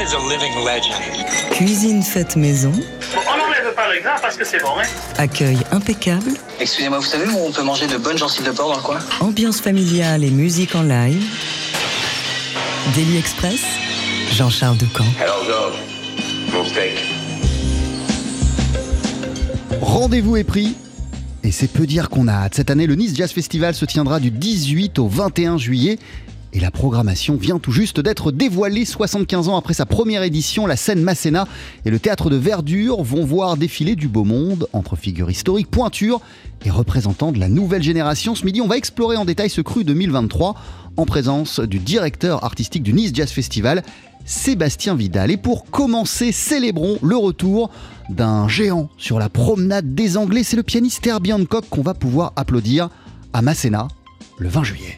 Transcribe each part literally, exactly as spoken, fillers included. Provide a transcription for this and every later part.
is a living legend. Cuisine faite maison. Bon, on n'enlève pas le gras parce que c'est bon, hein. Accueil impeccable. Excusez-moi, vous savez où on peut manger de bonnes gencives de porc dans le coin? Ambiance familiale et musique en live. Daily Express, Jean-Charles Decamp. Alors, Georges, mon steak. Rendez-vous est pris. Et c'est peu dire qu'on a hâte. Cette année, le Nice Jazz Festival se tiendra du dix-huit au vingt et un juillet. Et la programmation vient tout juste d'être dévoilée. soixante-quinze ans après sa première édition, la scène Masséna et le théâtre de Verdure vont voir défiler du beau monde entre figures historiques, pointures et représentants de la nouvelle génération. Ce midi, on va explorer en détail ce cru deux mille vingt-trois en présence du directeur artistique du Nice Jazz Festival, Sébastien Vidal. Et pour commencer, célébrons le retour d'un géant sur la promenade des Anglais. C'est le pianiste Herbie Hancock qu'on va pouvoir applaudir à Masséna le vingt juillet.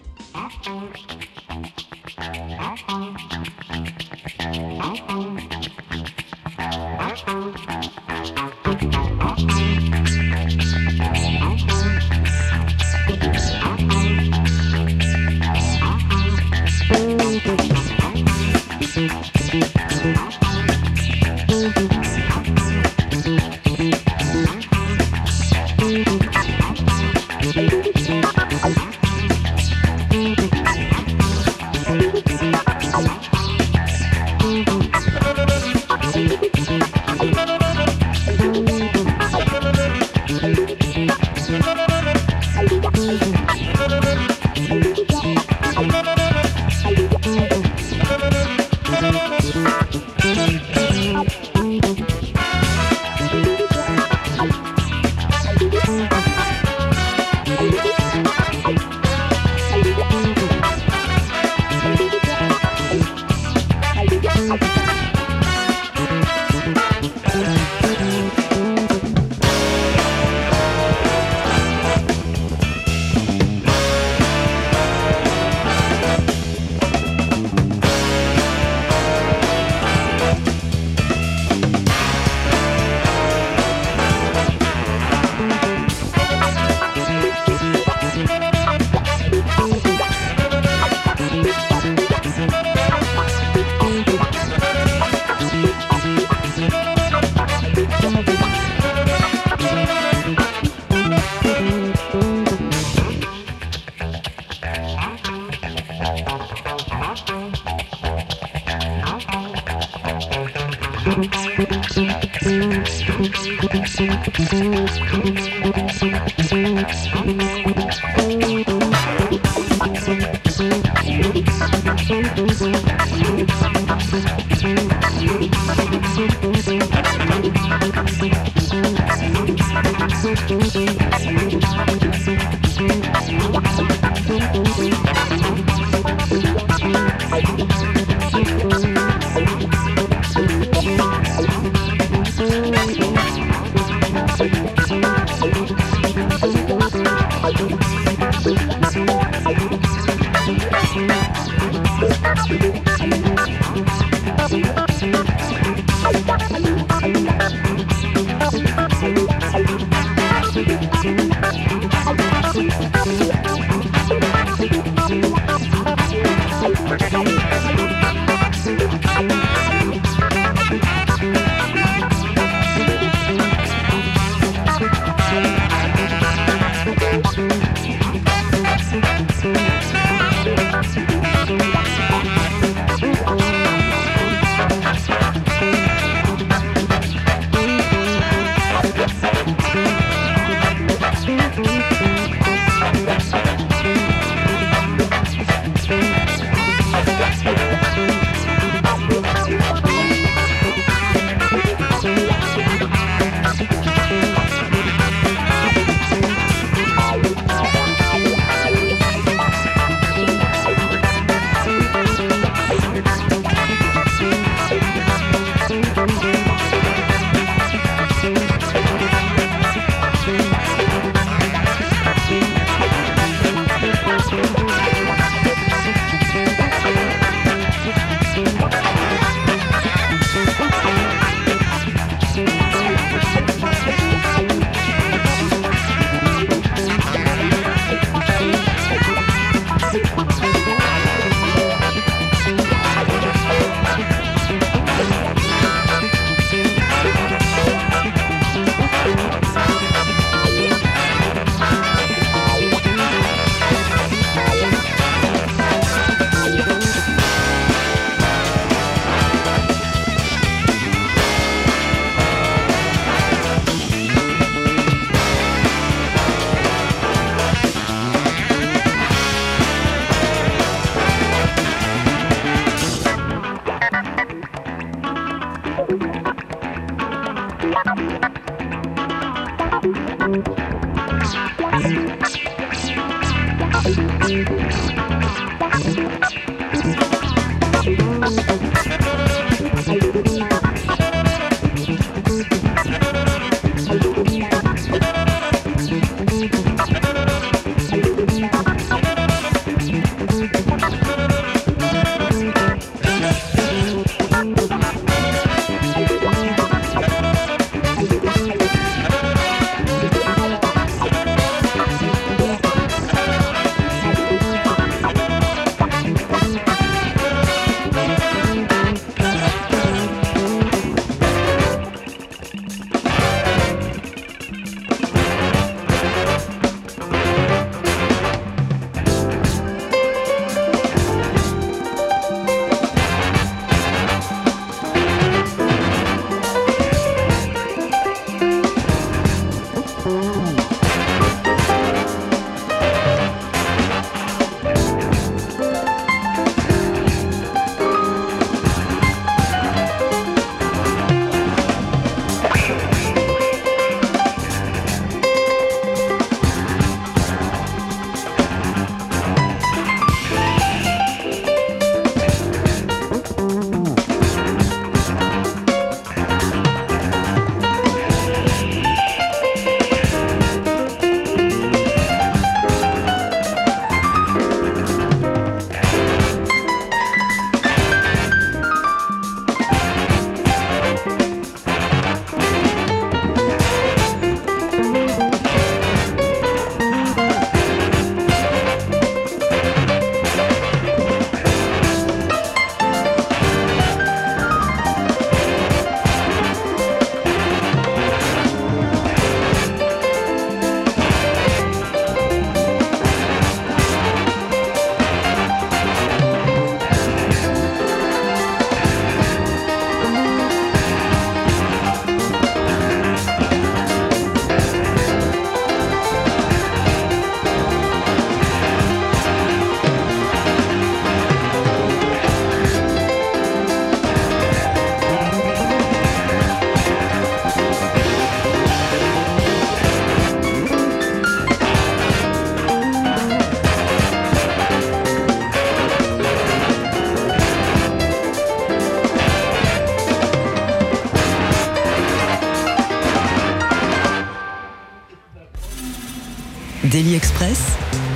Daily Express,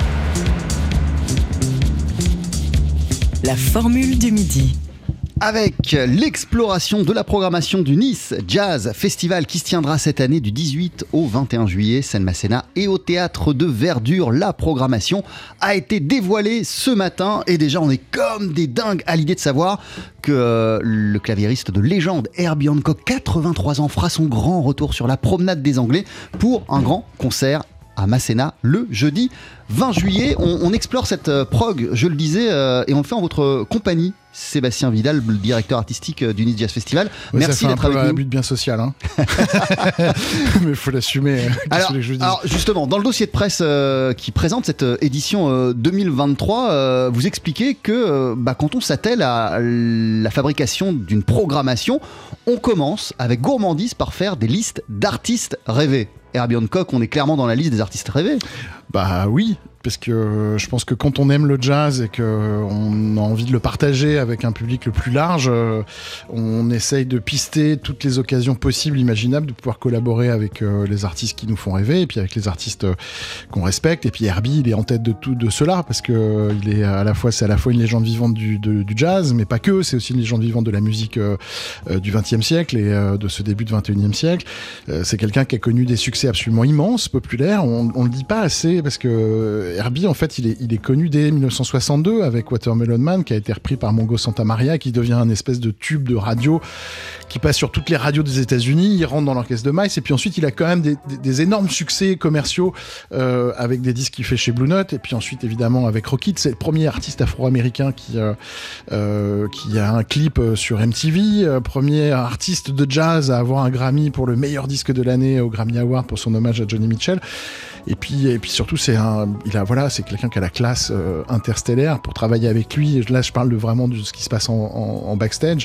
la formule du midi. Avec l'exploration de la programmation du Nice Jazz Festival qui se tiendra cette année du dix-huit au vingt et un juillet, scène Masséna et au Théâtre de Verdure. La programmation a été dévoilée ce matin et déjà on est comme des dingues à l'idée de savoir que euh, le claviériste de légende Herbie Hancock, quatre-vingt-trois ans, fera son grand retour sur la promenade des Anglais pour un grand concert à Masséna le jeudi vingt juillet. On, on explore cette euh, prog, je le disais, euh, et on le fait en votre compagnie. Sébastien Vidal, le directeur artistique du Nice Jazz Festival. Oui, merci d'être avec nous. C'est un but bien social, hein. Mais il faut l'assumer. Alors, alors justement, dans le dossier de presse euh, qui présente cette euh, édition euh, deux mille vingt-trois, euh, vous expliquez que euh, bah, quand on s'attelle à la fabrication d'une programmation, on commence avec gourmandise par faire des listes d'artistes rêvés. Herbie Hancock, on est clairement dans la liste des artistes rêvés. Bah oui, parce que je pense que quand on aime le jazz et qu'on a envie de le partager avec un public le plus large, on essaye de pister toutes les occasions possibles, imaginables, de pouvoir collaborer avec les artistes qui nous font rêver et puis avec les artistes qu'on respecte. Et puis Herbie, il est en tête de tout de cela parce que il est à la fois, c'est à la fois une légende vivante du, de, du jazz, mais pas que, c'est aussi une légende vivante de la musique euh, du vingtième siècle et euh, de ce début de vingt et unième siècle. Euh, c'est quelqu'un qui a connu des succès absolument immenses, populaires. On, on le dit pas assez parce que Herbie, en fait, il est, il est connu dès dix-neuf cent soixante-deux avec Watermelon Man, qui a été repris par Mongo Santa Maria, qui devient un espèce de tube de radio qui passe sur toutes les radios des États-Unis. Il rentre dans l'orchestre de Miles, et puis ensuite, il a quand même des, des, des énormes succès commerciaux euh, avec des disques qu'il fait chez Blue Note, et puis ensuite, évidemment, avec Rockit. C'est le premier artiste afro-américain qui, euh, euh, qui a un clip sur M T V, euh, premier artiste de jazz à avoir un Grammy pour le meilleur disque de l'année au Grammy Award pour son hommage à Johnny Mitchell. Et puis, et puis surtout, c'est un, il a a, voilà, c'est quelqu'un qui a la classe euh, interstellaire pour travailler avec lui. Là, je parle de, vraiment de ce qui se passe en, en, en backstage.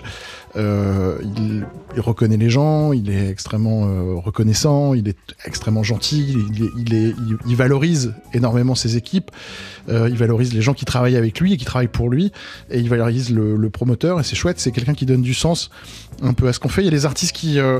Euh, il, il reconnaît les gens, il est extrêmement euh, reconnaissant, il est extrêmement gentil, il, est, il, est, il, il valorise énormément ses équipes, euh, il valorise les gens qui travaillent avec lui et qui travaillent pour lui, et il valorise le, le promoteur, et c'est chouette, c'est quelqu'un qui donne du sens un peu à ce qu'on fait. Il y a des artistes qui... Euh,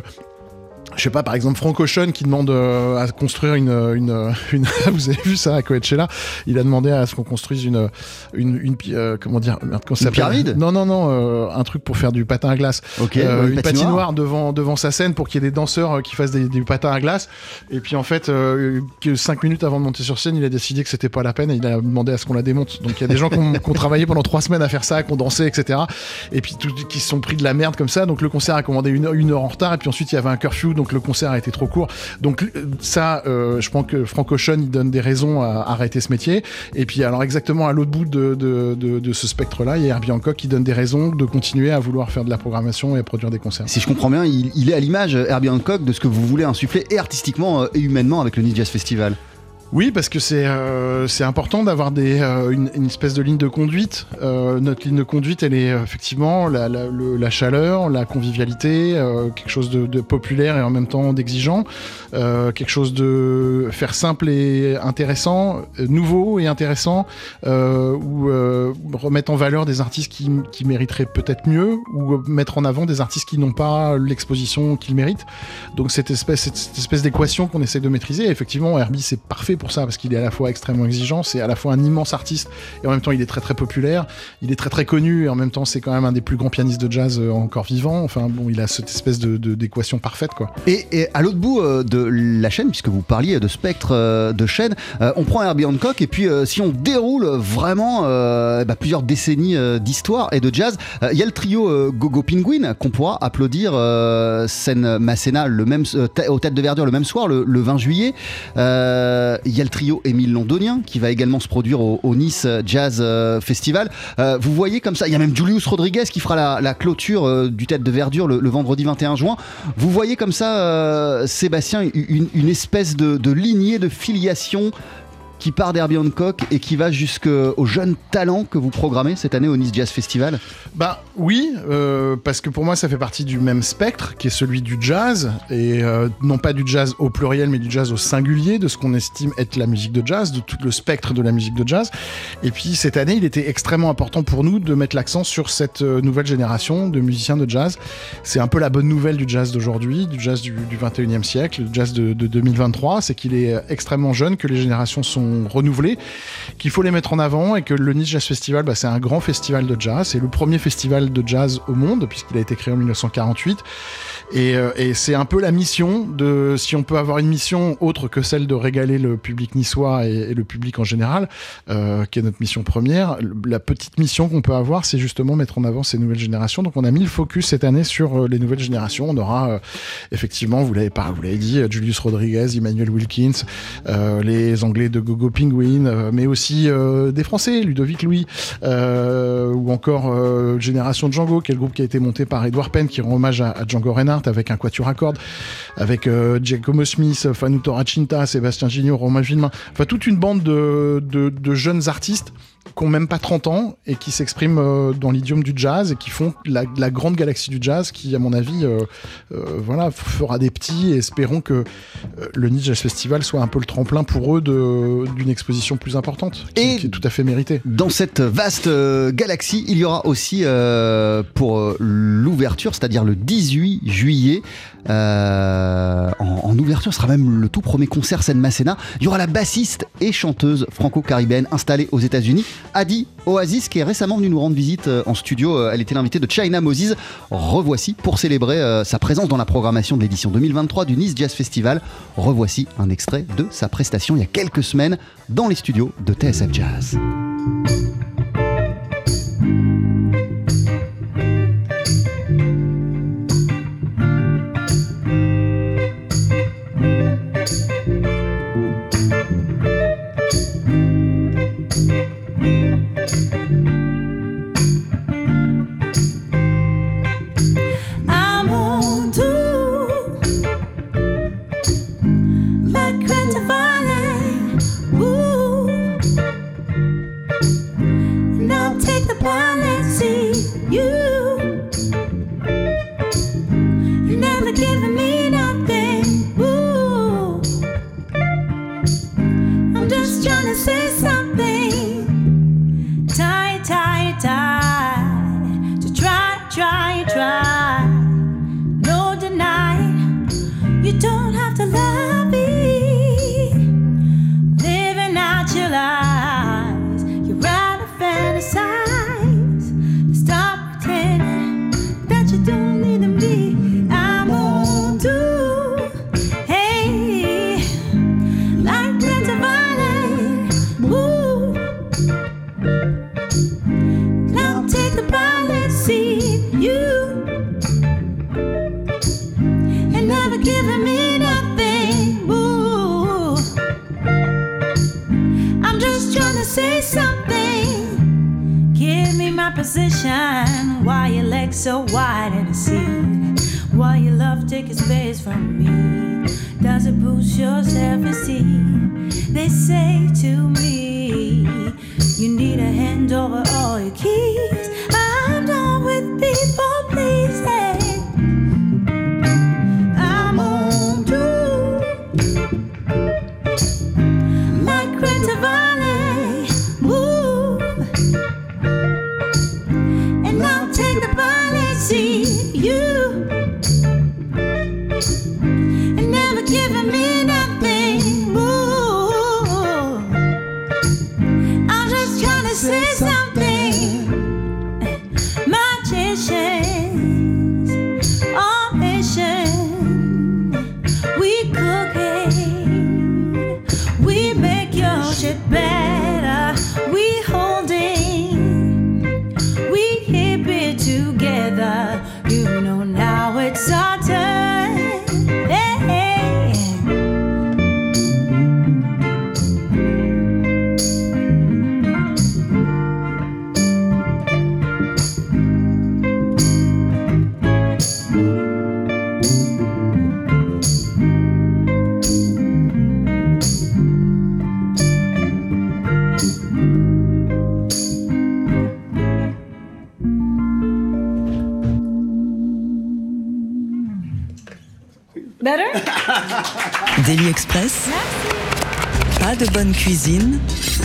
je sais pas, par exemple Frank Ocean qui demande euh, à construire une, une, une vous avez vu ça à Coachella, il a demandé à ce qu'on construise une une, une euh, comment dire, merde, comment ça une pyramide. Non non non, euh, un truc pour faire du patin à glace. Ok. Euh, ouais, une patinoire. patinoire devant devant sa scène pour qu'il y ait des danseurs euh, qui fassent des, des patins à glace. Et puis en fait, euh, que cinq minutes avant de monter sur scène, il a décidé que c'était pas la peine et il a demandé à ce qu'on la démonte. Donc il y a des gens qui ont, qui ont travaillé pendant trois semaines à faire ça, qui ont dansé, et cetera. Et puis tout, qui se sont pris de la merde comme ça. Donc le concert a commandé une heure, une heure en retard. Et puis ensuite il y avait un curfew, donc le concert a été trop court. Donc ça, euh, je pense que Frank Ocean, il donne des raisons à arrêter ce métier. Et puis alors exactement à l'autre bout de, de, de, de ce spectre-là, il y a Herbie Hancock qui donne des raisons de continuer à vouloir faire de la programmation et à produire des concerts. Si je comprends bien, il, il est à l'image, Herbie Hancock, de ce que vous voulez insuffler et artistiquement euh, et humainement avec le Nice Jazz Festival. Oui, parce que c'est euh, c'est important d'avoir des euh, une, une espèce de ligne de conduite. Euh, notre ligne de conduite, elle est euh, effectivement la, la, le, la chaleur, la convivialité, euh, quelque chose de, de populaire et en même temps d'exigeant, euh, quelque chose de faire simple et intéressant, euh, nouveau et intéressant, euh, ou euh, remettre en valeur des artistes qui, qui mériteraient peut-être mieux, ou mettre en avant des artistes qui n'ont pas l'exposition qu'ils méritent. Donc cette espèce cette, cette espèce d'équation qu'on essaie de maîtriser. Et effectivement, Herbie, c'est parfait pour ça parce qu'il est à la fois extrêmement exigeant, c'est à la fois un immense artiste et en même temps il est très très populaire, il est très très connu et en même temps c'est quand même un des plus grands pianistes de jazz encore vivant. Enfin bon, il a cette espèce de, de d'équation parfaite quoi. Et, et à l'autre bout euh, de la chaîne, puisque vous parliez de spectre euh, de chaîne, euh, on prend Herbie Hancock et puis euh, si on déroule vraiment euh, bah, plusieurs décennies euh, d'histoire et de jazz, il euh, y a le trio euh, Go-Go Penguin qu'on pourra applaudir euh, scène Masséna le même euh, t- aux Têtes de Verdure le même soir, le, le vingt juillet. Euh, Il y a le trio Émile Londonien qui va également se produire au, au Nice Jazz Festival. Euh, vous voyez comme ça, il y a même Julius Rodriguez qui fera la, la clôture euh, du Tête de Verdure le, le vendredi vingt et un juin. Vous voyez comme ça, euh, Sébastien, une, une espèce de, de lignée de filiation qui part d'Herbie Hancock et qui va jusqu'aux jeunes talents que vous programmez cette année au Nice Jazz Festival. Bah oui, euh, parce que pour moi ça fait partie du même spectre qui est celui du jazz, et euh, non pas du jazz au pluriel mais du jazz au singulier, de ce qu'on estime être la musique de jazz, de tout le spectre de la musique de jazz. Et puis cette année il était extrêmement important pour nous de mettre l'accent sur cette euh, nouvelle génération de musiciens de jazz. C'est un peu la bonne nouvelle du jazz d'aujourd'hui, du jazz du, du vingt et unième siècle, le jazz de, de deux mille vingt-trois, c'est qu'il est extrêmement jeune, que les générations sont renouvelées, qu'il faut les mettre en avant et que le Nice Jazz Festival, bah, c'est un grand festival de jazz, c'est le premier festival de jazz au monde puisqu'il a été créé en mille neuf cent quarante-huit et, euh, et c'est un peu la mission de, si on peut avoir une mission autre que celle de régaler le public niçois et, et le public en général, euh, qui est notre mission première, la petite mission qu'on peut avoir c'est justement mettre en avant ces nouvelles générations. Donc on a mis le focus cette année sur euh, les nouvelles générations. On aura euh, effectivement, vous l'avez, pas, vous l'avez dit, Julius Rodriguez, Emmanuel Wilkins, euh, les Anglais de Go-Go Penguin, euh, mais aussi euh, des Français, Ludovic Louis, euh, ou encore euh, Génération Django, qui est le groupe qui a été monté par Edward Penn, qui rend hommage à, à Django Reinhardt avec un quatuor à cordes, avec euh, Giacomo Smith, Fanuto Racinta, Sébastien Gignot, Romain Villemain, enfin toute une bande de, de, de jeunes artistes qui n'ont même pas trente ans et qui s'expriment euh, dans l'idiome du jazz et qui font la, la grande galaxie du jazz qui, à mon avis, euh, euh, voilà, fera des petits, et espérons que euh, le Nice Jazz Festival soit un peu le tremplin pour eux de, d'une exposition plus importante, qui, et qui est tout à fait méritée. Dans cette vaste euh, galaxie, il y aura aussi euh, pour euh, l'ouverture, c'est-à-dire le dix-huit juillet, euh, en, en ouverture, ce sera même le tout premier concert scène Masséna. Il y aura la bassiste et chanteuse franco-caribéenne installée aux États-Unis, Adi Oasis, qui est récemment venue nous rendre visite en studio. Elle était l'invitée de China Moses. Revoici pour célébrer euh, sa présence dans la programmation de l'édition deux mille vingt-trois du Nice Jazz Festival. Revoici un extrait de sa prestation il y a quelques semaines dans les studios de T S F Jazz. Ooh. violet seed. You, you never given me nothing. Ooh, I'm just trying to say something. Tie, tie, tie. To try, try, try. No deny. You don't have to love me. Living out your lies. You'd rather fantasize. Stop pretending that you don't need to be. I'm on too. Hey, like Prince of Violet. Ooh. Now take the violet seed. You and never giving me nothing. Ooh, I'm just trying to say something. Give me my position. Why your legs so wide in the seat? Why your love taking space from me? Does it boost your self-esteem? They say to me, you need a hand over all your keys. I'm done with people pleasing. I'm on too. Like Prince of Violet. Move. And I'll take the violet seed. You and never giving me nothing. Ooh, I'm just trying to say something. Magicians, all Asian. We cooking, we make your shit better. We holding, we keep it together. You know now it's our turn. Hey, hey. Better? Daily Express. Pas de bonne cuisine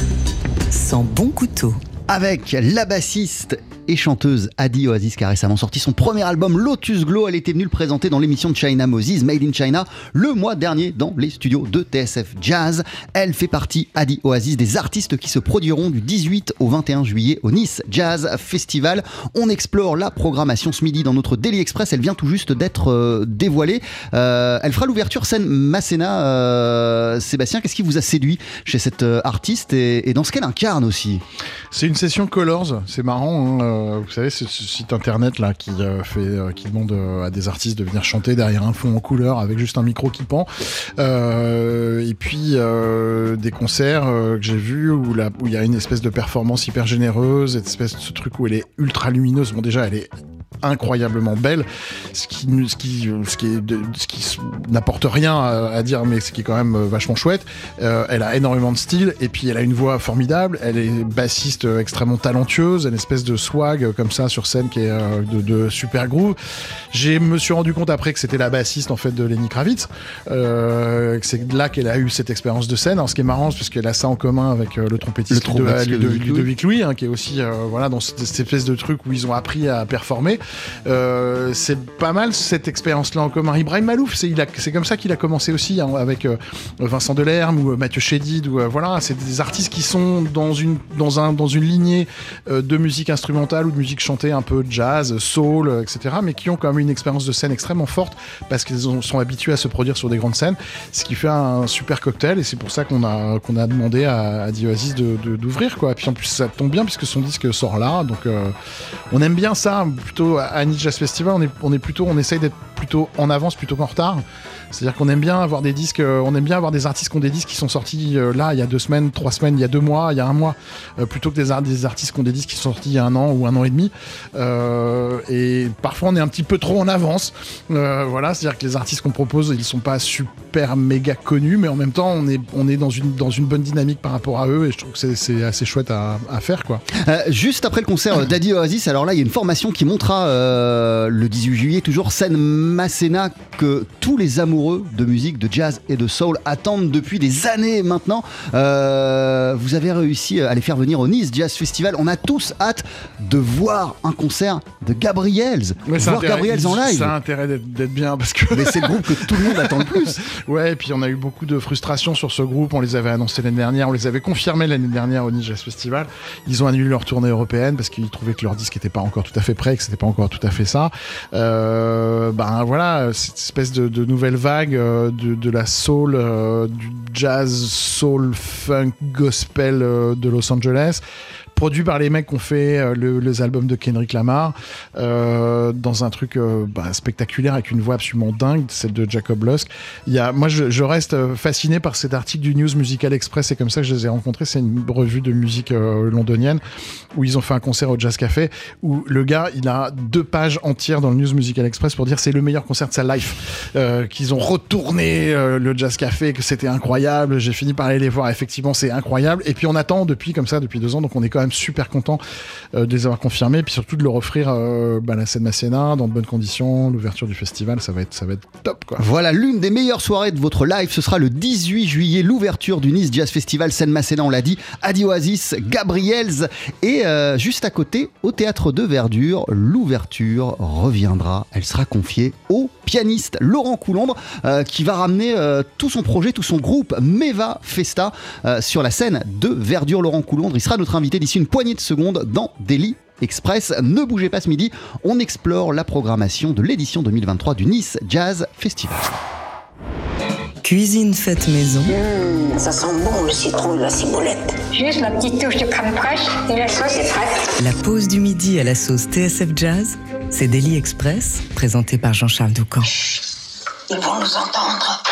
sans bon couteau. Avec la bassiste et chanteuse Adi Oasis qui a récemment sorti son premier album Lotus Glow. Elle était venue le présenter dans l'émission de China Moses, Made in China, le mois dernier dans les studios de T S F Jazz. Elle fait partie, Adi Oasis, des artistes qui se produiront du dix-huit au vingt et un juillet au Nice Jazz Festival. On explore la programmation ce midi dans notre Daily Express. Elle vient tout juste d'être euh, dévoilée. Euh, elle fera l'ouverture scène Masséna. Euh, Sébastien, qu'est-ce qui vous a séduit chez cette euh, artiste et, et dans ce qu'elle incarne aussi? C'est une session Colors, c'est marrant, hein. Vous savez, c'est ce site internet là qui euh, fait, euh, qui demande euh, à des artistes de venir chanter derrière un fond en couleur avec juste un micro qui pend. Euh, et puis euh, des concerts euh, que j'ai vus où il où y a une espèce de performance hyper généreuse, une espèce de ce truc où elle est ultra lumineuse. Bon, déjà, elle est incroyablement belle, ce qui, ce qui, ce qui, est de, ce qui n'apporte rien à, à dire, mais ce qui est quand même vachement chouette. Euh, elle a énormément de style, et puis elle a une voix formidable. Elle est bassiste extrêmement talentueuse, une espèce de swag comme ça sur scène qui est euh, de, de super groove. Je me suis rendu compte après que c'était la bassiste en fait de Lenny Kravitz, euh, que c'est là qu'elle a eu cette expérience de scène. Alors ce qui est marrant, c'est parce qu'elle a ça en commun avec euh, le trompettiste le de, de, de Ludovic Louis, hein, qui est aussi euh, voilà dans cette, cette espèce de truc où ils ont appris à performer. Euh, c'est pas mal cette expérience-là en commun. Ibrahim Malouf, c'est, il a, c'est comme ça qu'il a commencé aussi, hein, avec euh, Vincent Delerme ou euh, Mathieu Chédid. Ou, euh, voilà, c'est des artistes qui sont dans une, dans un, dans une lignée euh, de musique instrumentale ou de musique chantée un peu jazz, soul, euh, et cetera, mais qui ont quand même une expérience de scène extrêmement forte parce qu'ils ont, sont habitués à se produire sur des grandes scènes, ce qui fait un super cocktail. Et c'est pour ça qu'on a, qu'on a demandé à, à Adi Oasis de, de, d'ouvrir, quoi. Et puis en plus, ça tombe bien puisque son disque sort là, donc euh, on aime bien ça. Plutôt à Nice Jazz Festival, on est, on est plutôt, on essaye d'être plutôt en avance plutôt qu'en retard. C'est-à-dire qu'on aime bien avoir des disques, euh, on aime bien avoir des artistes qui ont des disques qui sont sortis euh, là il y a deux semaines, trois semaines, il y a deux mois, il y a un mois, euh, plutôt que des, art- des artistes qui ont des disques qui sont sortis il y a un an ou un an et demi. Euh, et parfois on est un petit peu trop en avance. Euh, voilà, c'est-à-dire que les artistes qu'on propose, ils sont pas super méga connus, mais en même temps on est on est dans une dans une bonne dynamique par rapport à eux, et je trouve que c'est, c'est assez chouette à, à faire, quoi. Euh, juste après le concert d'Adi Oasis, alors là il y a une formation qui montera euh, le dix-huit juillet, toujours scène Masséna, que tous les amoureux de musique, de jazz et de soul attendent depuis des années maintenant. Euh, vous avez réussi à les faire venir au Nice Jazz Festival. On a tous hâte de voir un concert de Gabriels, Ouais, voir intérêt- Gabriels en live. Ça a intérêt d'être, d'être bien parce que. Mais c'est le groupe que tout le monde attend le plus. Ouais, et puis on a eu beaucoup de frustration sur ce groupe. On les avait annoncés l'année dernière, on les avait confirmés l'année dernière au Nice Jazz Festival. Ils ont annulé leur tournée européenne parce qu'ils trouvaient que leur disque n'était pas encore tout à fait prêt, que c'était pas encore tout à fait ça. Euh, ben voilà, cette espèce de, de nouvelle vague euh, de, de la soul, euh, du jazz, soul, funk, gospel euh, de Los Angeles. Produit par les mecs qui ont fait euh, le, les albums de Kendrick Lamar, euh, dans un truc euh, bah, spectaculaire avec une voix absolument dingue, celle de Jacob Lusk. Il y a, moi, je, je reste fasciné par cet article du News Musical Express, c'est comme ça que je les ai rencontrés. C'est une revue de musique euh, londonienne où ils ont fait un concert au Jazz Café, où le gars, il a deux pages entières dans le News Musical Express pour dire que c'est le meilleur concert de sa life, euh, qu'ils ont retourné euh, le Jazz Café, que c'était incroyable. J'ai fini par aller les voir, effectivement, c'est incroyable. Et puis on attend depuis comme ça depuis deux ans, donc on est quand même super content euh, de les avoir confirmés, et puis surtout de leur offrir euh, bah, la scène Masséna dans de bonnes conditions, l'ouverture du festival, ça va être, ça va être top, quoi. Voilà, l'une des meilleures soirées de votre live, ce sera le dix-huit juillet, l'ouverture du Nice Jazz Festival, scène Masséna, on l'a dit, Adi Oasis, Gabriels, et euh, juste à côté, au Théâtre de Verdure, l'ouverture reviendra, elle sera confiée au pianiste Laurent Coulombre, euh, qui va ramener euh, tout son projet, tout son groupe Meva Festa euh, sur la scène de Verdure. Laurent Coulombre, il sera notre invité d'ici une poignée de secondes dans Daily Express. Ne bougez pas ce midi, on explore la programmation de l'édition deux mille vingt-trois du Nice Jazz Festival. Cuisine faite maison. Mmh, ça sent bon le citron de la ciboulette. Juste la petite touche de crème fraîche et la sauce est prête. La pause du midi à la sauce T S F Jazz, c'est Daily Express, présenté par Jean-Charles Doucan. Ils vont nous entendre.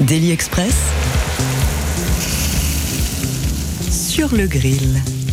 Daily Express sur le grill.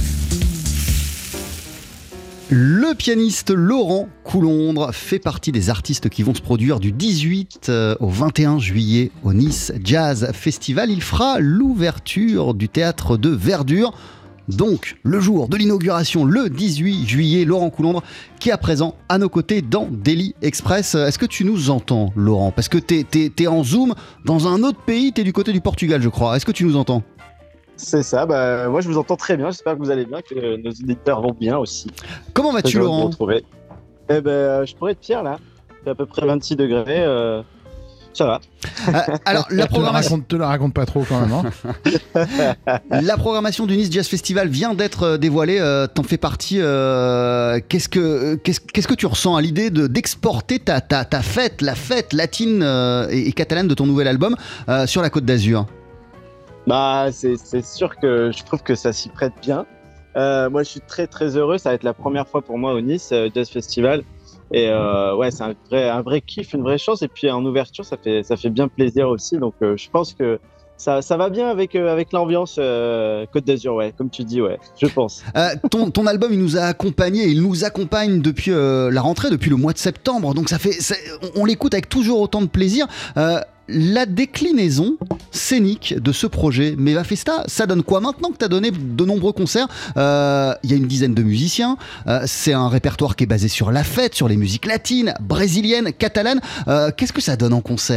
Le pianiste Laurent Coulondre fait partie des artistes qui vont se produire du dix-huit au vingt et un juillet au Nice Jazz Festival. Il fera l'ouverture du théâtre de Verdure. Donc, le jour de l'inauguration, le dix-huit juillet, Laurent Coulondre, qui est à présent à nos côtés dans Daily Express. Est-ce que tu nous entends, Laurent ? Parce que t'es, t'es, t'es en Zoom dans un autre pays, t'es du côté du Portugal, je crois. Est-ce que tu nous entends ? C'est ça, bah, moi je vous entends très bien, j'espère que vous allez bien, que nos auditeurs vont bien aussi. Comment vas-tu, Laurent ? Eh ben, je pourrais être fier là, c'est à peu près vingt-six degrés, euh, ça va. Euh, alors, la programmation... Te la, raconte, te la raconte pas trop quand même. Hein. La programmation du Nice Jazz Festival vient d'être dévoilée, euh, t'en fais partie. Euh, qu'est-ce, que, qu'est-ce, qu'est-ce que tu ressens à l'idée de, d'exporter ta, ta, ta fête, la fête latine euh, et, et catalane de ton nouvel album euh, sur la Côte d'Azur ? Bah, c'est, c'est sûr que je trouve que ça s'y prête bien. Euh, moi, je suis très très heureux. Ça va être la première fois pour moi au Nice euh, Jazz Festival. Et euh, ouais, c'est un vrai, un vrai kiff, une vraie chance. Et puis en ouverture, ça fait, ça fait bien plaisir aussi. Donc, euh, je pense que ça, ça va bien avec, euh, avec l'ambiance euh, Côte d'Azur, ouais, comme tu dis, ouais, je pense. Euh, ton, ton album, il nous a accompagnés, il nous accompagne depuis euh, la rentrée, depuis le mois de septembre. Donc, ça fait, ça, on, on l'écoute avec toujours autant de plaisir. Euh, La déclinaison scénique de ce projet Meva Festa, ça donne quoi maintenant que tu as donné de nombreux concerts ? Il euh, y a une dizaine de musiciens, euh, c'est un répertoire qui est basé sur la fête, sur les musiques latines, brésiliennes, catalanes. Euh, qu'est-ce que ça donne en concert ?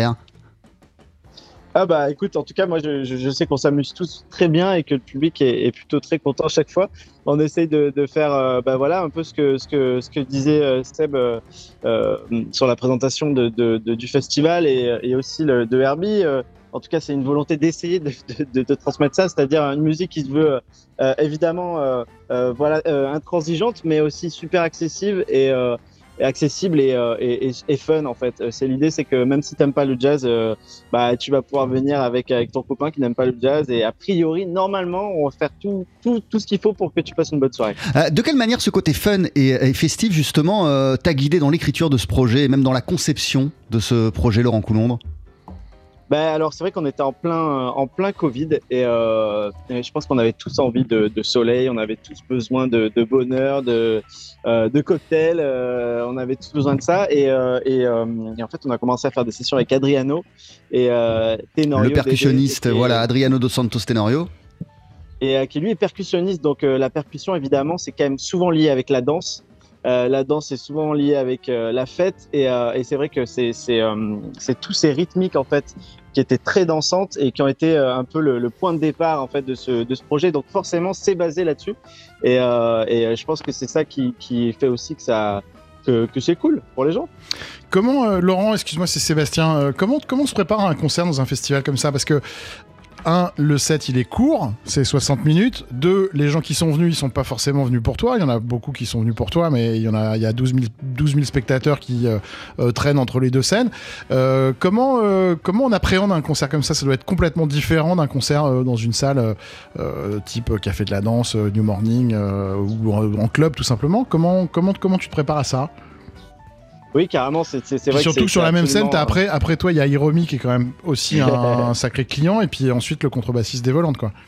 Ah bah écoute, en tout cas moi je, je, je sais qu'on s'amuse tous très bien et que le public est, est plutôt très content à chaque fois. On essaye de, de faire euh, bah voilà un peu ce que ce que ce que disait euh, Seb euh, euh, sur la présentation de, de, de, du festival et, et aussi le, de Herbie. Euh, en tout cas, c'est une volonté d'essayer de, de, de transmettre ça, c'est-à-dire une musique qui se veut euh, évidemment euh, euh, voilà euh, intransigeante, mais aussi super accessible et euh, accessible et, euh, et, et fun en fait. C'est l'idée, c'est que même si t'aimes pas le jazz, euh, bah tu vas pouvoir venir avec avec ton copain qui n'aime pas le jazz et a priori normalement on va faire tout tout tout ce qu'il faut pour que tu passes une bonne soirée. Euh, de quelle manière ce côté fun et, et festif justement euh, t'a guidé dans l'écriture de ce projet et même dans la conception de ce projet, Laurent Coulondre ? Ben alors c'est vrai qu'on était en plein en plein Covid et, euh, et je pense qu'on avait tous envie de, de soleil, on avait tous besoin de, de bonheur, de euh, de cocktails, euh, on avait tous besoin de ça et, euh, et, euh, et en fait on a commencé à faire des sessions avec Adriano et euh, Tenorio, le percussionniste, et, voilà Adriano dos Santos Tenorio. Et euh, qui lui est percussionniste, donc euh, la percussion évidemment c'est quand même souvent lié avec la danse. Euh, la danse est souvent liée avec euh, la fête et, euh, et c'est vrai que c'est, c'est, euh, c'est tous ces rythmiques en fait qui étaient très dansantes et qui ont été euh, un peu le, le point de départ en fait de ce, de ce projet. Donc forcément c'est basé là-dessus et, euh, et je pense que c'est ça qui, qui fait aussi que ça que, que c'est cool pour les gens. Comment euh, Laurent, excuse-moi c'est Sébastien, euh, comment comment on se prépare à un concert dans un festival comme ça ? Parce que un, le set il est court, c'est soixante minutes. Deux, les gens qui sont venus, ils sont pas forcément venus pour toi. Il y en a beaucoup qui sont venus pour toi, mais il y en a, il y a douze mille spectateurs qui euh, euh, traînent entre les deux scènes. Euh, comment, euh, comment on appréhende un concert comme ça ? Ça doit être complètement différent d'un concert euh, dans une salle euh, type Café de la Danse, euh, New Morning euh, ou en, en club tout simplement. Comment, comment, comment tu te prépares à ça ? Oui, carrément, c'est, c'est, c'est vrai. Surtout que c'est, sur c'est la même scène, absolument... t'as après, après toi, il y a Hiromi qui est quand même aussi un, un sacré client, et puis ensuite le contrebassiste des Volantes, quoi.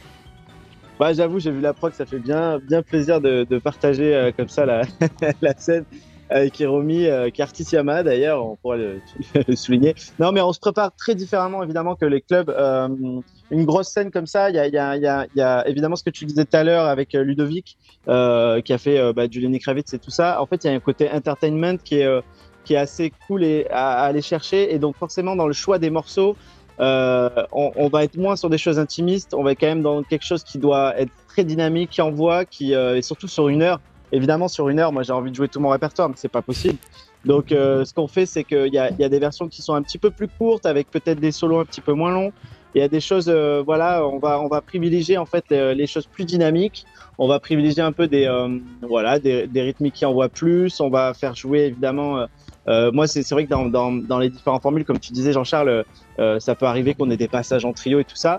Bah, j'avoue, j'ai vu la prog, ça fait bien, bien plaisir de, de partager euh, comme ça la, la scène avec Hiromi, euh, qui est Artis Yama d'ailleurs, on pourrait le, le souligner. Non, mais on se prépare très différemment évidemment que les clubs. Euh, une grosse scène comme ça, il y a, y, a, y, a, y a évidemment ce que tu disais tout à l'heure avec Ludovic, euh, qui a fait euh, bah, du Lenny Kravitz et tout ça. En fait, il y a un côté entertainment qui est euh, qui est assez cool et à, à aller chercher. Et donc forcément, dans le choix des morceaux, euh, on, on va être moins sur des choses intimistes, on va être quand même dans quelque chose qui doit être très dynamique, qui envoie, qui, euh, et surtout sur une heure. Évidemment, sur une heure, moi j'ai envie de jouer tout mon répertoire, mais c'est pas possible. Donc euh, ce qu'on fait, c'est qu'il y a, y a des versions qui sont un petit peu plus courtes, avec peut-être des solos un petit peu moins longs. Il y a des choses, euh, voilà, on va, on va privilégier en fait les, les choses plus dynamiques. On va privilégier un peu des, euh, voilà, des, des rythmiques qui envoient plus. On va faire jouer évidemment. Euh, euh, moi, c'est, c'est vrai que dans, dans, dans les différentes formules, comme tu disais, Jean-Charles, euh, ça peut arriver qu'on ait des passages en trio et tout ça.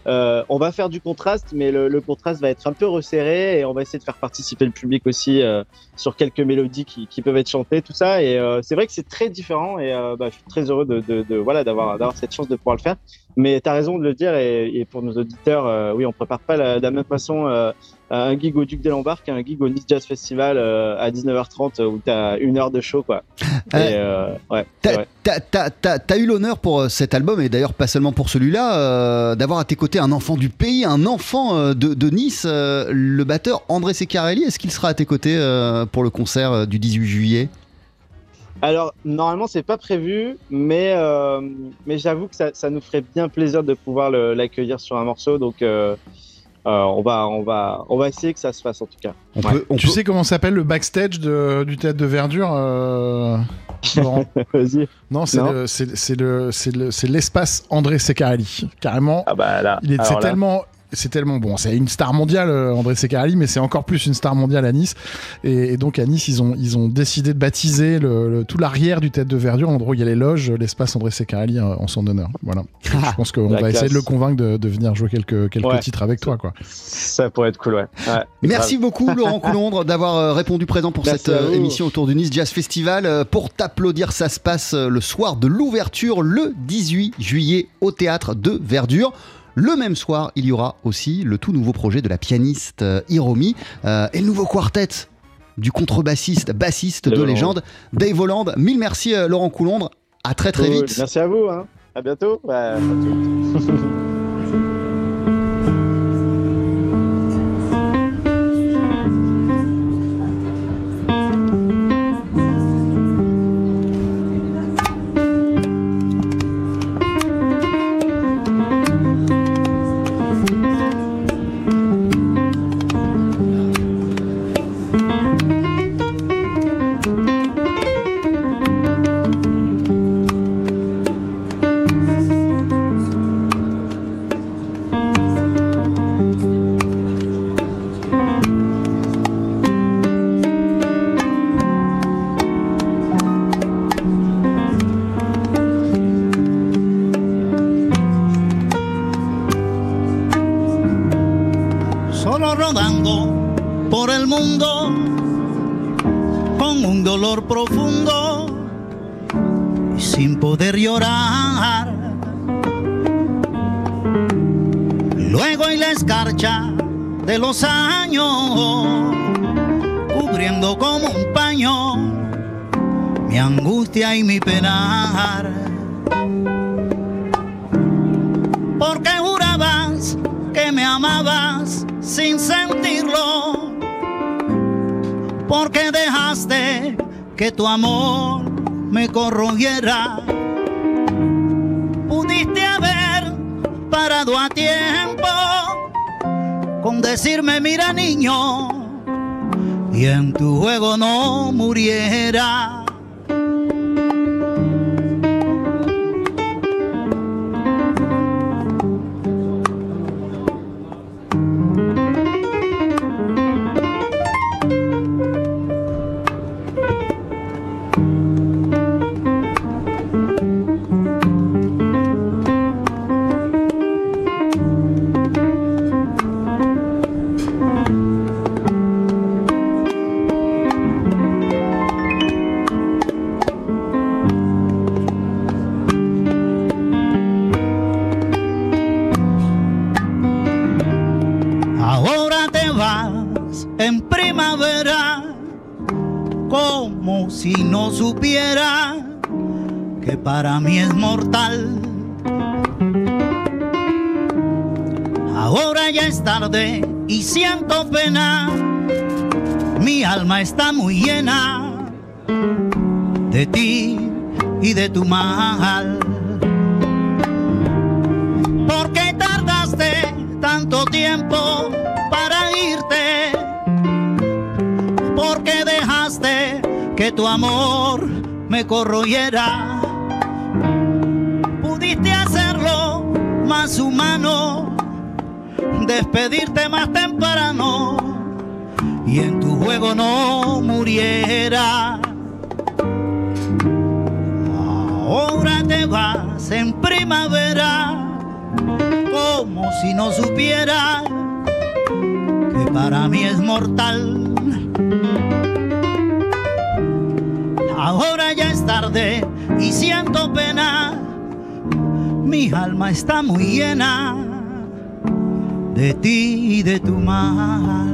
Euh, on va faire du contraste, mais le, le contraste va être un peu resserré et on va essayer de faire participer le public aussi euh, sur quelques mélodies qui, qui peuvent être chantées, tout ça. Et euh, c'est vrai que c'est très différent et euh, bah, je suis très heureux de, de, de voilà d'avoir d'avoir cette chance de pouvoir le faire. Mais tu as raison de le dire et, et pour nos auditeurs, euh, oui, on prépare pas la, de la même façon euh, un gig au Duc des Lombards qu'un gig au Nice Jazz Festival euh, à dix-neuf heures trente où tu as une heure de show, quoi. Et, euh, ouais, t'as, t'as, t'as, t'as, t'as eu l'honneur pour cet album, et d'ailleurs pas seulement pour celui-là, euh, d'avoir à tes côtés un enfant du pays, un enfant euh, de, de Nice, euh, le batteur André Ceccarelli. Est-ce qu'il sera à tes côtés euh, pour le concert euh, du dix-huit juillet ? Alors, normalement, c'est pas prévu, mais, euh, mais j'avoue que ça, ça nous ferait bien plaisir de pouvoir le, l'accueillir sur un morceau, donc euh, euh, on, va, on, va, on va essayer que ça se fasse en tout cas. On ouais. peut, on tu peut... sais comment s'appelle le backstage de, du Théâtre de Verdure euh... Vas-y. Non, c'est, non. Le, c'est, c'est, le, c'est, le, c'est l'espace André Ceccarelli, carrément. Ah bah là, il est, c'est, tellement, c'est tellement bon. C'est une star mondiale, André Ceccarelli, mais c'est encore plus une star mondiale à Nice. Et, et donc à Nice, ils ont, ils ont décidé de baptiser le, le, tout l'arrière du Théâtre de Verdure, l'endroit où il y a les loges, l'espace André Ceccarelli en son honneur. Voilà. Je pense qu'on va classe. essayer de le convaincre de, de venir jouer quelques, quelques ouais. titres avec toi, quoi. Ça pourrait être cool, ouais. ouais Merci grave. beaucoup, Laurent Coulondre, d'avoir répondu présent pour Merci cette émission autour du Nice Jazz Festival. Pour t'applaudir, ça se passe le soir de l'ouverture, le dix-huit juillet, au Théâtre de Verdure. Le même soir, il y aura aussi le tout nouveau projet de la pianiste euh, Hiromi euh, et le nouveau quartet du contrebassiste, bassiste de légende, Dave Holland. Mille merci euh, Laurent Coulondre, à très très cool. vite. Merci à vous, hein. À bientôt. Ouais, à tout. Por el mundo con un dolor profundo y sin poder llorar. Luego y la escarcha de los años cubriendo como un paño mi angustia y mi penar. Porque jurabas que me amabas sin sentirlo, porque dejaste que tu amor me corroyera. Pudiste haber parado a tiempo con decirme mira niño, y en tu juego no muriera. En primavera, como si no supiera que para mí es mortal. Ahora ya es tarde y siento pena, mi alma está muy llena de ti y de tu mal. ¿Por qué tardaste tanto tiempo para irte? ¿Por qué dejaste que tu amor me corroyera? Pudiste hacerlo más humano, despedirte más temprano y en tu juego no muriera. Ahora te vas en primavera, como si no supiera que para mí es mortal. Ahora ya es tarde y siento pena, mi alma está muy llena de ti y de tu mal.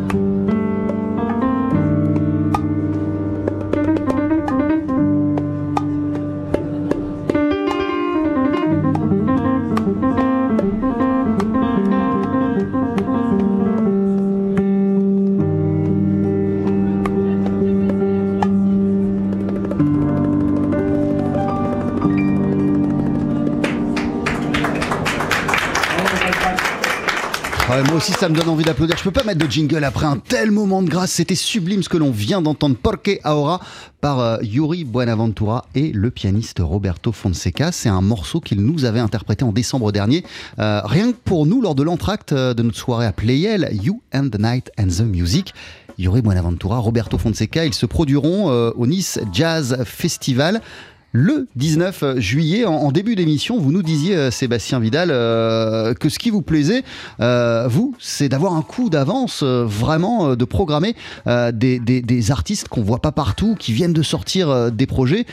Ouais, moi aussi ça me donne envie d'applaudir. Je peux pas mettre de jingle après un tel moment de grâce. C'était sublime ce que l'on vient d'entendre, Porque Ahora par euh, Yuri Buenaventura et le pianiste Roberto Fonseca. C'est un morceau qu'il nous avait interprété en décembre dernier, euh, rien que pour nous lors de l'entracte de notre soirée à Playel, You and the Night and the Music. Yuri Buenaventura, Roberto Fonseca, ils se produiront euh, au Nice Jazz Festival le dix-neuf juillet. En, en début d'émission, vous nous disiez, euh, Sébastien Vidal, euh, que ce qui vous plaisait, euh, vous, c'est d'avoir un coup d'avance, euh, vraiment, euh, de programmer euh, des, des, des artistes qu'on voit pas partout, qui viennent de sortir euh, des projets,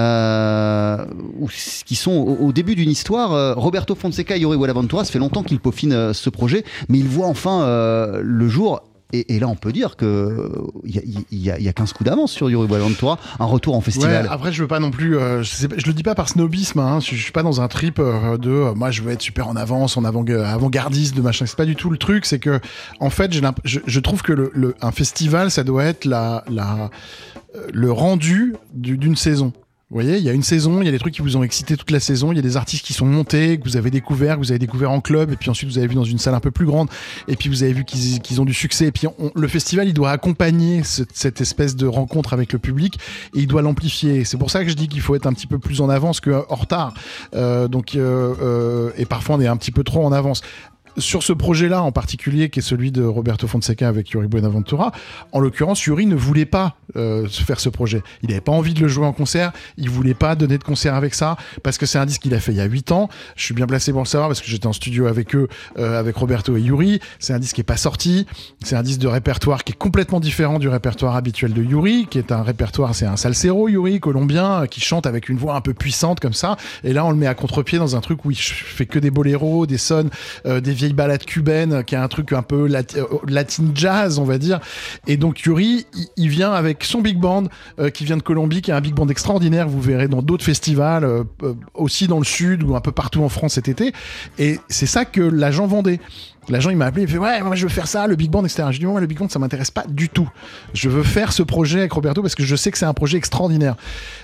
euh, ou, qui sont au, au début d'une histoire. Euh, Roberto Fonseca et Yuri Buenaventura, ça fait longtemps qu'ils peaufinent euh, ce projet, mais ils voient enfin euh, le jour. Et, et là, on peut dire qu'il y, y, y, y a quinze coups d'avance sur Yuri Buenaventura, un retour en festival. Ouais, après, je veux pas non plus. Euh, je, sais, je le dis pas par snobisme. Hein, je, je suis pas dans un trip euh, de. Euh, moi, je veux être super en avance, en avant, avant-gardiste, de machin. C'est pas du tout le truc. C'est que, en fait, j'ai je, je trouve que le, le, un festival, ça doit être la, la, le rendu du, d'une saison. Vous voyez, il y a une saison, il y a des trucs qui vous ont excité toute la saison, il y a des artistes qui sont montés, que vous avez découvert, que vous avez découvert en club, et puis ensuite vous avez vu dans une salle un peu plus grande, et puis vous avez vu qu'ils, qu'ils ont du succès, et puis on, le festival, il doit accompagner ce, cette espèce de rencontre avec le public, et il doit l'amplifier. C'est pour ça que je dis qu'il faut être un petit peu plus en avance qu'en retard. Euh, donc, euh, euh, et parfois on est un petit peu trop en avance. Sur ce projet-là en particulier, qui est celui de Roberto Fonseca avec Yuri Buenaventura, en l'occurrence, Yuri ne voulait pas euh, faire ce projet. Il n'avait pas envie de le jouer en concert, il voulait pas donner de concert avec ça, parce que c'est un disque qu'il a fait il y a huit ans. Je suis bien placé pour le savoir, parce que j'étais en studio avec eux, euh, avec Roberto et Yuri. C'est un disque qui est pas sorti, c'est un disque de répertoire qui est complètement différent du répertoire habituel de Yuri, qui est un répertoire, c'est un salsero, Yuri, colombien, qui chante avec une voix un peu puissante comme ça, et là on le met à contre-pied dans un truc où il fait que des boléros, des sons, euh, des vieilles balade cubaine, qui est un truc un peu lat- latin jazz, on va dire. Et donc Yuri, il, il vient avec son big band, euh, qui vient de Colombie, qui est un big band extraordinaire, vous verrez dans d'autres festivals, euh, euh, aussi dans le sud ou un peu partout en France cet été. Et c'est ça que l'agent vendait. L'agent, il m'a appelé, il fait ouais, moi je veux faire ça, le big band, et cetera. Je dis ouais, le big band, ça m'intéresse pas du tout. Je veux faire ce projet avec Roberto parce que je sais que c'est un projet extraordinaire.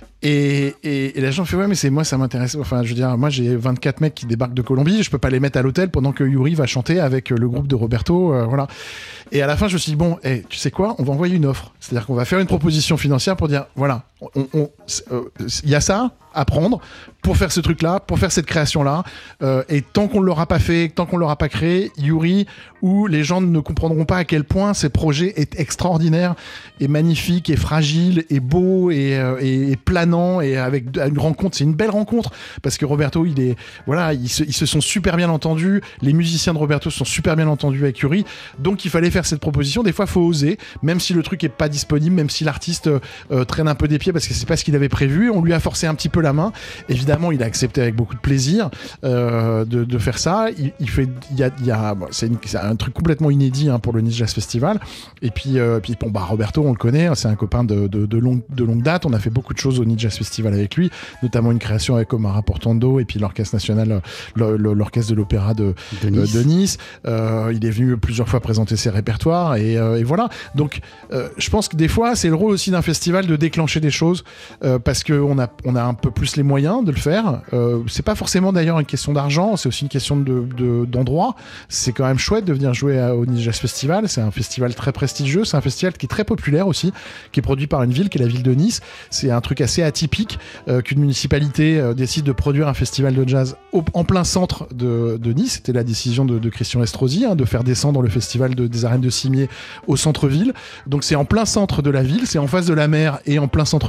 Et, et, et l'agent fait ouais, mais c'est moi, ça m'intéresse. Enfin, je veux dire, moi j'ai vingt-quatre mecs qui débarquent de Colombie, je peux pas les mettre à l'hôtel pendant que Yuri va chanter avec le groupe de Roberto, euh, voilà. Et à la fin, je me suis dit bon, hey, tu sais quoi, on va envoyer une offre. C'est-à-dire qu'on va faire une proposition financière pour dire voilà, on, on, euh, y a ça à prendre pour faire ce truc-là, pour faire cette création-là. Euh, et tant qu'on ne l'aura pas fait, tant qu'on ne l'aura pas créé, Yuri, où les gens ne comprendront pas à quel point ce projet est extraordinaire et magnifique et fragile et beau et, euh, et, et planant et avec une rencontre. C'est une belle rencontre parce que Roberto, il est, voilà, ils se, ils se sont super bien entendus. Les musiciens de Roberto se sont super bien entendus avec Yuri. Donc il fallait faire cette proposition. Des fois, il faut oser, même si le truc est pas disponible, même si l'artiste euh, traîne un peu des pieds parce que c'est pas ce qu'il avait prévu. On lui a forcé un petit peu la main. Évidemment, il a accepté avec beaucoup de plaisir euh, de, de faire ça. Il, il fait, il y a, il y a bon, c'est, une, c'est un truc complètement inédit hein, pour le Nice Jazz Festival. Et puis, euh, puis bon, bah Roberto, on le connaît, c'est un copain de, de, de, longue, de longue date. On a fait beaucoup de choses au Nice Jazz Festival avec lui, notamment une création avec Omar Portando et puis l'orchestre national, le, le, l'orchestre de l'opéra de, de Nice. De Nice. Euh, il est venu plusieurs fois présenter ses répertoires et, euh, et voilà. Donc, euh, je pense que des fois, c'est le rôle aussi d'un festival de déclencher des choses euh, parce qu'on a, on a un peu plus les moyens de le faire. Euh, c'est pas forcément d'ailleurs une question d'argent, c'est aussi une question de, de, d'endroit. C'est quand même chouette de venir jouer à, au Nice Jazz Festival. C'est un festival très prestigieux, c'est un festival qui est très populaire aussi, qui est produit par une ville qui est la ville de Nice. C'est un truc assez atypique euh, qu'une municipalité euh, décide de produire un festival de jazz au, en plein centre de, de Nice. C'était la décision de, de Christian Estrosi hein, de faire descendre le festival de, des arènes de Cimier au centre-ville. Donc c'est en plein centre de la ville, c'est en face de la mer et en plein centre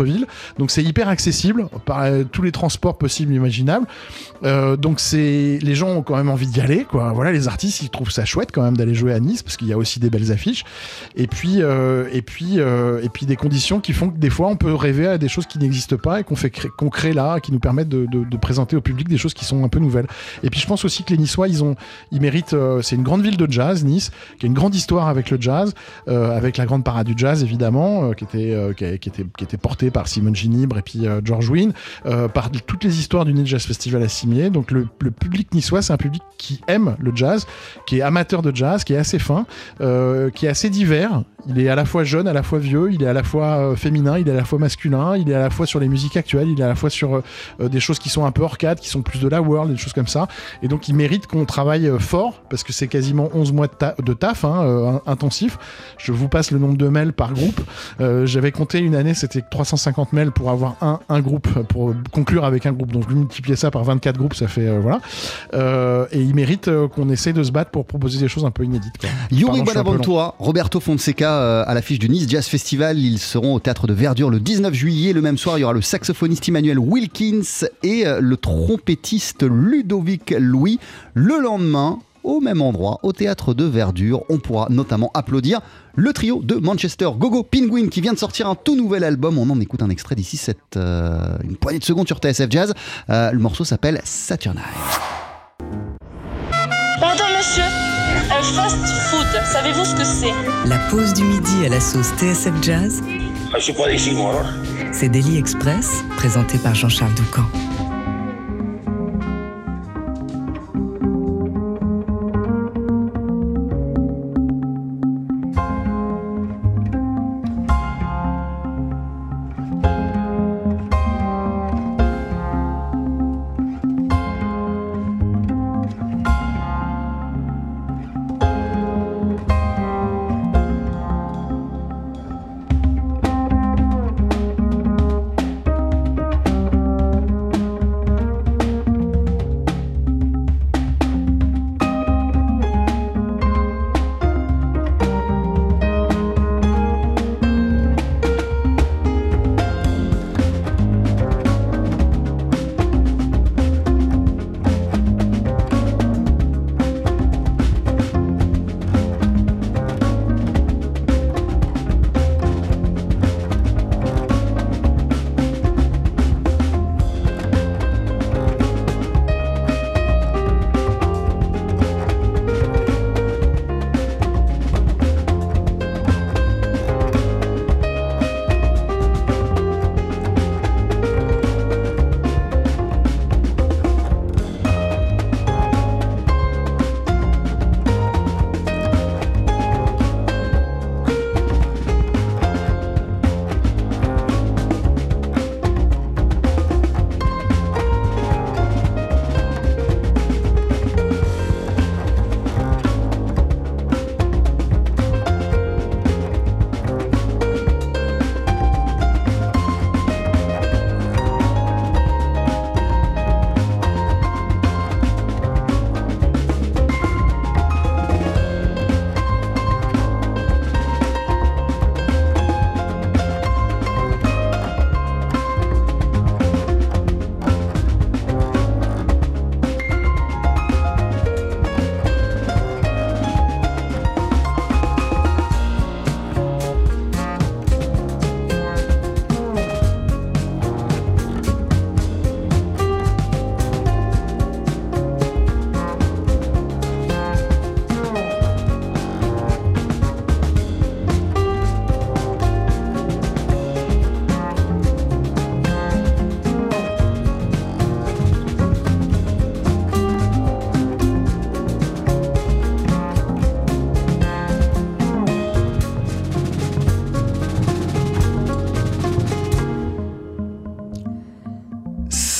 centre-ville. Donc c'est hyper accessible par euh, tous les transports possibles et imaginables. Euh, donc c'est les gens ont quand même envie d'y aller, quoi. Voilà, les artistes ils trouvent ça chouette quand même d'aller jouer à Nice parce qu'il y a aussi des belles affiches. Et puis euh, et puis euh, et puis des conditions qui font que des fois on peut rêver à des choses qui n'existent pas et qu'on fait cré- qu'on crée là, qui nous permettent de, de, de présenter au public des choses qui sont un peu nouvelles. Et puis je pense aussi que les Niçois ils ont ils méritent. Euh, c'est une grande ville de jazz, Nice, qui a une grande histoire avec le jazz, euh, avec la grande parade du jazz évidemment, euh, qui était euh, qui, a, qui était qui était portée par Simon Ginibre et puis euh, George Wein, euh, par toutes les histoires du Nice Jazz Festival à Cimiez. Donc le, le public niçois, c'est un public qui aime le jazz, qui est amateur de jazz, qui est assez fin, euh, qui est assez divers. Il est à la fois jeune, à la fois vieux, il est à la fois euh, féminin, il est à la fois masculin, il est à la fois sur les musiques actuelles, il est à la fois sur euh, des choses qui sont un peu arcade, qui sont plus de la world, des choses comme ça. Et donc il mérite qu'on travaille euh, fort, parce que c'est quasiment onze mois de, ta- de taf, hein, euh, intensif. Je vous passe le nombre de mails par groupe. Euh, j'avais compté une année, c'était trois cent cinquante mails pour avoir un, un groupe, pour conclure avec un groupe. Donc je multipliais ça par vingt-quatre groupes, ça fait... Euh, voilà. Euh, et il mérite euh, qu'on essaye de se battre pour proposer des choses un peu inédites, quoi. Yuri Bonaventura, Roberto Fonseca euh, à l'affiche du Nice Jazz Festival. Ils seront au Théâtre de Verdure le dix-neuf juillet. Le même soir, il y aura le saxophoniste Emmanuel Wilkins et euh, le trompettiste Ludovic Louis. Le lendemain, au même endroit, au Théâtre de Verdure, on pourra notamment applaudir le trio de Manchester, Gogo Penguin, qui vient de sortir un tout nouvel album. On en écoute un extrait d'ici cette, euh, une poignée de secondes sur T S F Jazz. Euh, le morceau s'appelle Saturnine. Pardon monsieur, un fast food, savez-vous ce que c'est? La pause du midi à la sauce T S F Jazz. Je suis pas d'ici, moi. C'est Daily Express, présenté par Jean-Charles Doucan.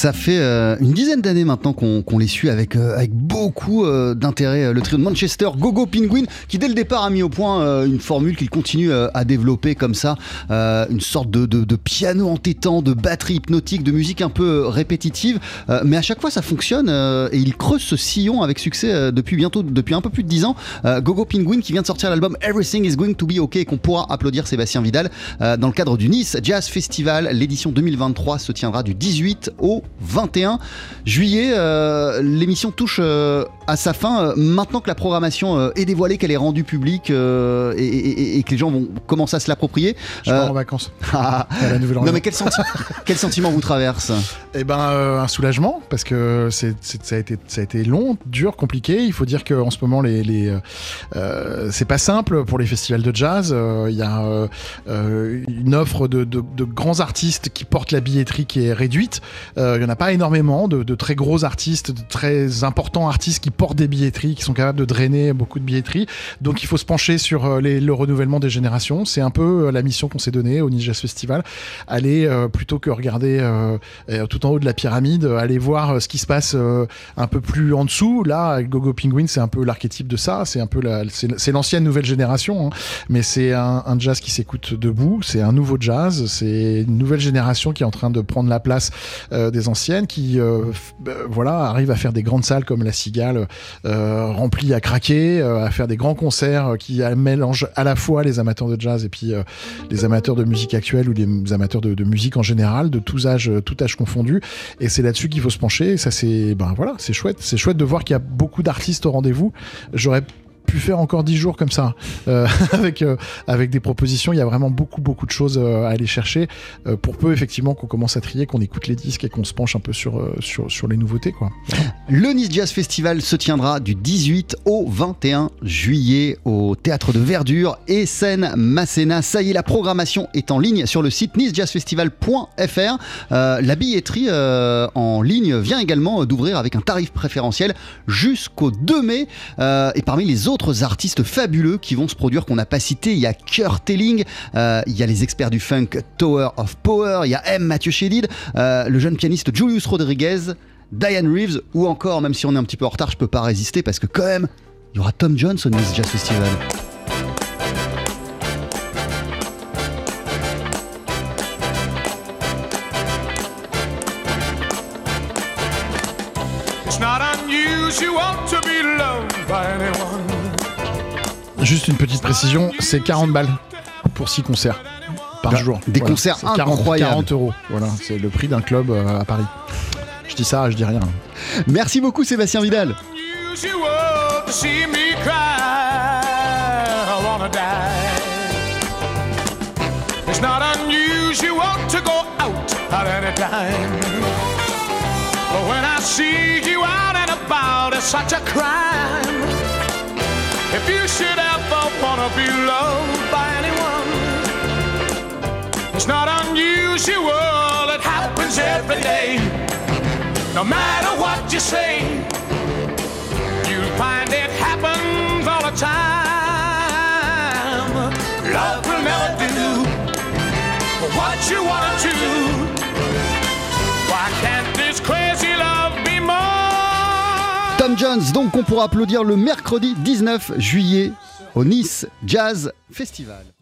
Ça fait euh, une dizaine d'années maintenant qu'on, qu'on les suit avec, euh, avec beaucoup euh, d'intérêt. Le trio de Manchester, Gogo Penguin, qui dès le départ a mis au point euh, une formule qu'il continue euh, à développer comme ça. Euh, une sorte de, de, de piano entêtant, de batterie hypnotique, de musique un peu répétitive. Euh, mais à chaque fois, ça fonctionne euh, et ils creusent ce sillon avec succès euh, depuis bientôt, depuis un peu plus de dix ans. Euh, Gogo Penguin qui vient de sortir l'album Everything is Going to Be OK et qu'on pourra applaudir Sébastien Vidal euh, dans le cadre du Nice Jazz Festival. L'édition deux mille vingt-trois se tiendra du dix-huit au vingt et un juillet. Euh, l'émission touche euh, à sa fin. Euh, maintenant que la programmation euh, est dévoilée, qu'elle est rendue publique euh, et, et, et que les gens vont commencer à se l'approprier. Je pars euh, en vacances. à la non mais quel, senti- quel sentiment vous traverse? Eh ben euh, un soulagement parce que c'est, c'est, ça, a été, ça a été long, dur, compliqué. Il faut dire qu'en ce moment les, les, euh, c'est pas simple pour les festivals de jazz. Il euh, y a euh, une offre de, de, de grands artistes qui portent la billetterie qui est réduite. Il euh, y en a pas énormément de, de très gros artistes, de très importants artistes qui portent des billetteries, qui sont capables de drainer beaucoup de billetterie. Donc il faut se pencher sur les, le renouvellement des générations. C'est un peu la mission qu'on s'est donnée au Nice Jazz Festival. Aller euh, plutôt que regarder euh, tout en haut de la pyramide, aller voir ce qui se passe euh, un peu plus en dessous. Là, avec Gogo Penguin, c'est un peu l'archétype de ça. C'est un peu la, c'est, c'est l'ancienne nouvelle génération, hein. Mais c'est un, un jazz qui s'écoute debout. C'est un nouveau jazz. C'est une nouvelle génération qui est en train de prendre la place euh, des anciennes, qui euh, f- euh, voilà arrive à faire des grandes salles comme la Cigale, euh, remplies à craquer, euh, à faire des grands concerts euh, qui mélangent à la fois les amateurs de jazz et puis euh, les amateurs de musique actuelle ou les amateurs de, de musique en général, de tous âges, tout âge confondu. Et c'est là-dessus qu'il faut se pencher. Et ça, c'est ben voilà, c'est chouette. C'est chouette de voir qu'il y a beaucoup d'artistes au rendez-vous. J'aurais pu faire encore dix jours comme ça euh, avec euh, avec des propositions. Il y a vraiment beaucoup beaucoup de choses euh, à aller chercher euh, pour peu effectivement qu'on commence à trier, qu'on écoute les disques et qu'on se penche un peu sur euh, sur sur les nouveautés quoi. Le Nice Jazz Festival se tiendra du dix-huit au vingt et un juillet au Théâtre de Verdure et Scène Masséna. Ça y est, la programmation est en ligne sur le site nice jazz festival point f r. Euh, la billetterie euh, en ligne vient également d'ouvrir avec un tarif préférentiel jusqu'au deux mai. Euh, et parmi les autres Autres artistes fabuleux qui vont se produire qu'on n'a pas cités, il y a Kurt Elling, euh, il y a les experts du funk Tower of Power, il y a M. Mathieu Chédid, euh, le jeune pianiste Julius Rodriguez, Diane Reeves ou encore, même si on est un petit peu en retard, je peux pas résister parce que quand même, il y aura Tom Jones au Nice Jazz Festival. It's not unusual to be loved by anyone. Juste une petite précision, c'est quarante balles pour six concerts par bah, jour. Des voilà, concerts c'est quarante, incroyables. quarante euros, voilà, c'est le prix d'un club euh, à Paris. Je dis ça, je dis rien. Merci beaucoup Sébastien Vidal. It's not unusual to go out at any time. But when I see you out and about, it's such a crime. If you should ever wanna be loved by anyone, it's not unusual, it happens every day. No matter what you say, you'll find it happens all the time. Love will never do what you wanna do. Why can't this crazy love be more? Tom Jones, donc on pourra applaudir le mercredi dix-neuf juillet au Nice Jazz Festival.